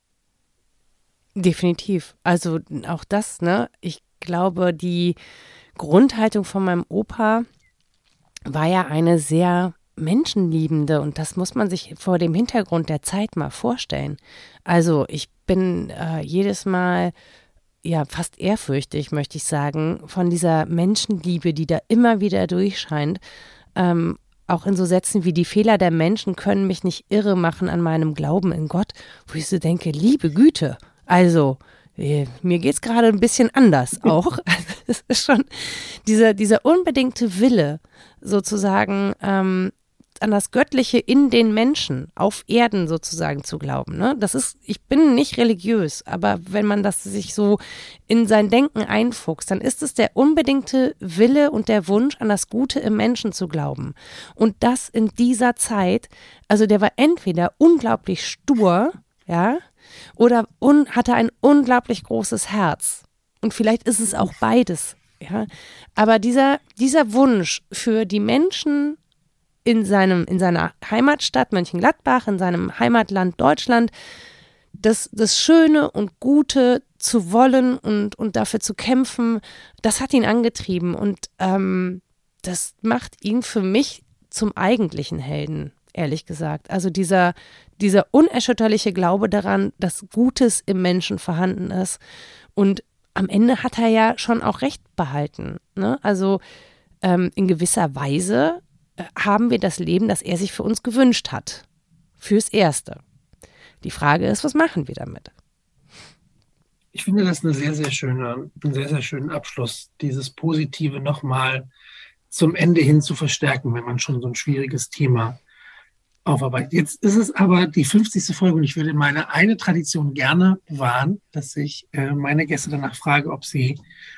Speaker 2: Definitiv. Also auch das, ne? Ich glaube, die Grundhaltung von meinem Opa war ja eine sehr menschenliebende und das muss man sich vor dem Hintergrund der Zeit mal vorstellen. Also ich bin äh, jedes Mal ja fast ehrfürchtig, möchte ich sagen, von dieser Menschenliebe, die da immer wieder durchscheint. Ähm, auch in so Sätzen wie die Fehler der Menschen können mich nicht irre machen an meinem Glauben in Gott, wo ich so denke, liebe Güte, also äh, mir geht's gerade ein bisschen anders auch. Es ist schon dieser, dieser unbedingte Wille, sozusagen ähm, an das Göttliche in den Menschen, auf Erden sozusagen zu glauben. Ne? Das ist, ich bin nicht religiös, aber wenn man das sich so in sein Denken einfuchst, dann ist es der unbedingte Wille und der Wunsch, an das Gute im Menschen zu glauben. Und das in dieser Zeit, also der war entweder unglaublich stur, ja, oder un, hatte ein unglaublich großes Herz. Und vielleicht ist es auch beides, ja. Aber dieser, dieser Wunsch für die Menschen in seinem, in seiner Heimatstadt Mönchengladbach, in seinem Heimatland Deutschland, das, das Schöne und Gute zu wollen und, und dafür zu kämpfen, das hat ihn angetrieben und ähm, das macht ihn für mich zum eigentlichen Helden, ehrlich gesagt. Also dieser, dieser unerschütterliche Glaube daran, dass Gutes im Menschen vorhanden ist und am Ende hat er ja schon auch recht behalten, ne? Also ähm, in gewisser Weise haben wir das Leben, das er sich für uns gewünscht hat. Fürs Erste. Die Frage ist, was machen wir damit?
Speaker 1: Ich finde das eine sehr, sehr schöne, einen sehr, sehr schönen Abschluss, dieses Positive nochmal zum Ende hin zu verstärken, wenn man schon so ein schwieriges Thema aufarbeitet. Jetzt ist es aber die fünfzigste Folge und ich würde meine eine Tradition gerne bewahren, dass ich äh, meine Gäste danach frage, ob sie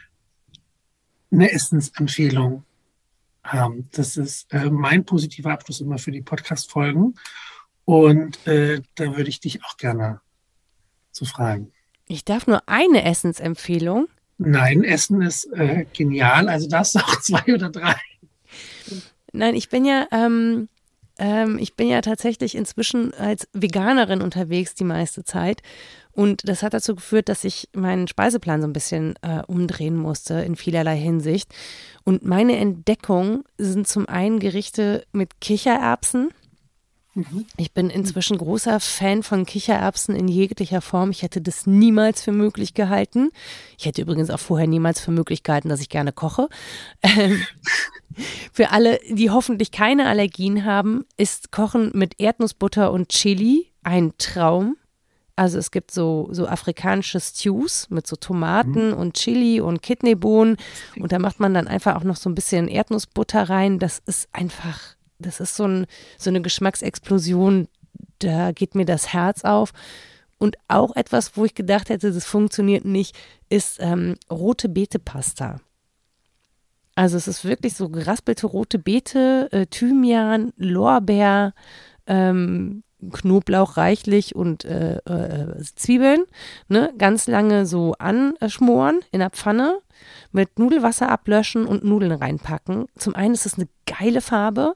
Speaker 1: eine Essensempfehlung haben. Das ist äh, mein positiver Abschluss immer für die Podcast-Folgen. Und äh, da würde ich dich auch gerne zu fragen.
Speaker 2: Ich darf nur eine Essensempfehlung?
Speaker 1: Nein, Essen ist äh, genial. Also darfst du auch zwei oder drei.
Speaker 2: Nein, ich bin ja, ähm, ähm, ich bin ja tatsächlich inzwischen als Veganerin unterwegs die meiste Zeit. Und das hat dazu geführt, dass ich meinen Speiseplan so ein bisschen äh, umdrehen musste in vielerlei Hinsicht. Und meine Entdeckung sind zum einen Gerichte mit Kichererbsen. Mhm. Ich bin inzwischen großer Fan von Kichererbsen in jeglicher Form. Ich hätte das niemals für möglich gehalten. Ich hätte übrigens auch vorher niemals für möglich gehalten, dass ich gerne koche. Ähm, für alle, die hoffentlich keine Allergien haben, ist Kochen mit Erdnussbutter und Chili ein Traum. Also es gibt so, so afrikanische Stews mit so Tomaten mhm. und Chili und Kidneybohnen und da macht man dann einfach auch noch so ein bisschen Erdnussbutter rein. Das ist einfach, das ist so, ein, so eine Geschmacksexplosion, da geht mir das Herz auf. Und auch etwas, wo ich gedacht hätte, das funktioniert nicht, ist ähm, rote Beete-Pasta. Also es ist wirklich so geraspelte rote Beete, äh, Thymian, Lorbeer, ähm, Knoblauch reichlich und äh, äh, Zwiebeln, ne? Ganz lange so anschmoren in der Pfanne, mit Nudelwasser ablöschen und Nudeln reinpacken. Zum einen ist es eine geile Farbe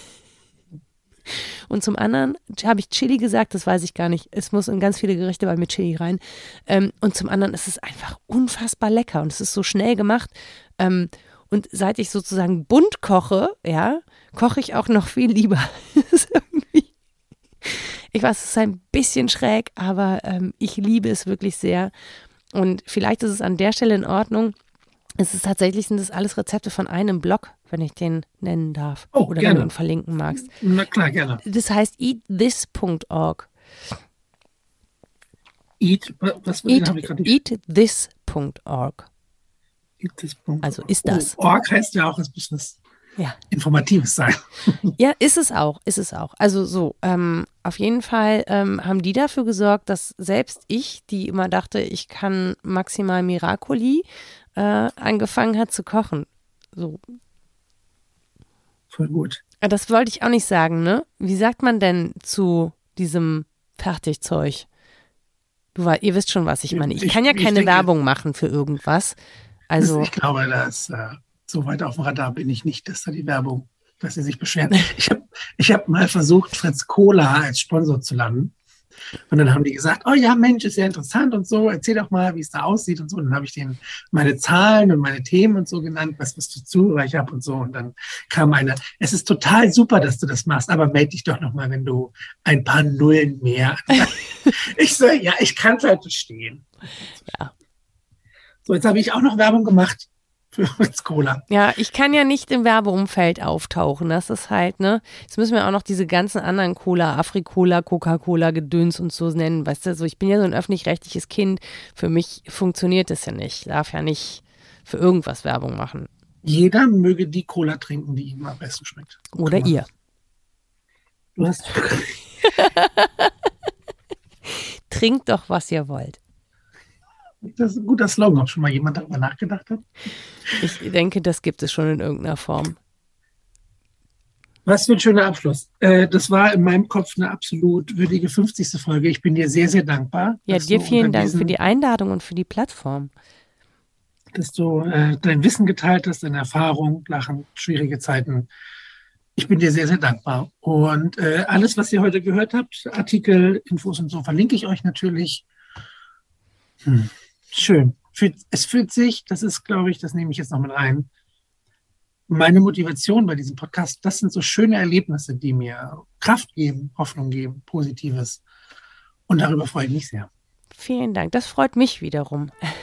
Speaker 2: und zum anderen habe ich Chili gesagt, das weiß ich gar nicht. Es muss in ganz viele Gerichte bei mir Chili rein. Ähm, und zum anderen ist es einfach unfassbar lecker und es ist so schnell gemacht. Ähm, und seit ich sozusagen bunt koche, ja, koche ich auch noch viel lieber. Das ist irgendwie Ich weiß, es ist ein bisschen schräg, aber ähm, ich liebe es wirklich sehr. Und vielleicht ist es an der Stelle in Ordnung. Es ist tatsächlich, sind das alles Rezepte von einem Blog, wenn ich den nennen darf.
Speaker 1: Oh,
Speaker 2: oder
Speaker 1: gerne.
Speaker 2: wenn du ihn verlinken magst.
Speaker 1: Na klar, gerne.
Speaker 2: Das heißt eat this Punkt org.
Speaker 1: Eat, was
Speaker 2: eat,
Speaker 1: habe ich gerade
Speaker 2: nicht? eat this Punkt org.
Speaker 1: Eat this Punkt org.
Speaker 2: Also ist das.
Speaker 1: Oh, Org heißt ja auch, es muss was
Speaker 2: ja.
Speaker 1: Informatives sein.
Speaker 2: Ja, ist es auch, ist es auch. Also so, ähm, auf jeden Fall ähm, haben die dafür gesorgt, dass selbst ich, die immer dachte, ich kann maximal Miracoli, äh, angefangen hat zu kochen. So.
Speaker 1: Voll gut.
Speaker 2: Das wollte ich auch nicht sagen, ne? Wie sagt man denn zu diesem Fertigzeug? Du, ihr wisst schon, was ich meine. Ich, ich kann ja keine denke, Werbung machen für irgendwas. Also
Speaker 1: ich glaube, dass äh, so weit auf dem Radar bin ich nicht, dass da die Werbung, dass sie sich beschweren. Ich habe ich hab mal versucht, Fritz Cola als Sponsor zu landen. Und dann haben die gesagt, oh ja, Mensch, ist ja interessant und so, erzähl doch mal, wie es da aussieht und so. Und dann habe ich denen meine Zahlen und meine Themen und so genannt, was, was du zureicht habe und so. Und dann kam eine, es ist total super, dass du das machst, aber melde dich doch nochmal, wenn du ein paar Nullen mehr. Ich so, ja, ich kann es halt verstehen.
Speaker 2: Ja.
Speaker 1: So, jetzt habe ich auch noch Werbung gemacht für Fritz Cola.
Speaker 2: Ja, ich kann ja nicht im Werbeumfeld auftauchen. Das ist halt, ne? Jetzt müssen wir auch noch diese ganzen anderen Cola, Afri-Cola, Coca-Cola, Gedöns und so nennen. Weißt du, so, ich bin ja so ein öffentlich-rechtliches Kind. Für mich funktioniert das ja nicht. Ich darf ja nicht für irgendwas Werbung machen.
Speaker 1: Jeder möge die Cola trinken, die ihm am besten schmeckt.
Speaker 2: Oder
Speaker 1: Cola.
Speaker 2: ihr.
Speaker 1: Du hast.
Speaker 2: Trinkt doch, was ihr wollt.
Speaker 1: Das ist ein guter Slogan, ob schon mal jemand darüber nachgedacht hat.
Speaker 2: Ich denke, das gibt es schon in irgendeiner Form.
Speaker 1: Was für ein schöner Abschluss. Das war in meinem Kopf eine absolut würdige fünfzigste Folge. Ich bin dir sehr, sehr dankbar.
Speaker 2: Ja, dir vielen Dank diesen, für die Einladung und für die Plattform.
Speaker 1: Dass du äh, dein Wissen geteilt hast, deine Erfahrung, Lachen, schwierige Zeiten. Ich bin dir sehr, sehr dankbar. Und äh, alles, was ihr heute gehört habt, Artikel, Infos und so, verlinke ich euch natürlich. Hm. Schön. Es fühlt sich, das ist, glaube ich, das nehme ich jetzt noch mit rein, meine Motivation bei diesem Podcast, das sind so schöne Erlebnisse, die mir Kraft geben, Hoffnung geben, Positives. Und darüber freue ich mich sehr.
Speaker 2: Vielen Dank. Das freut mich wiederum.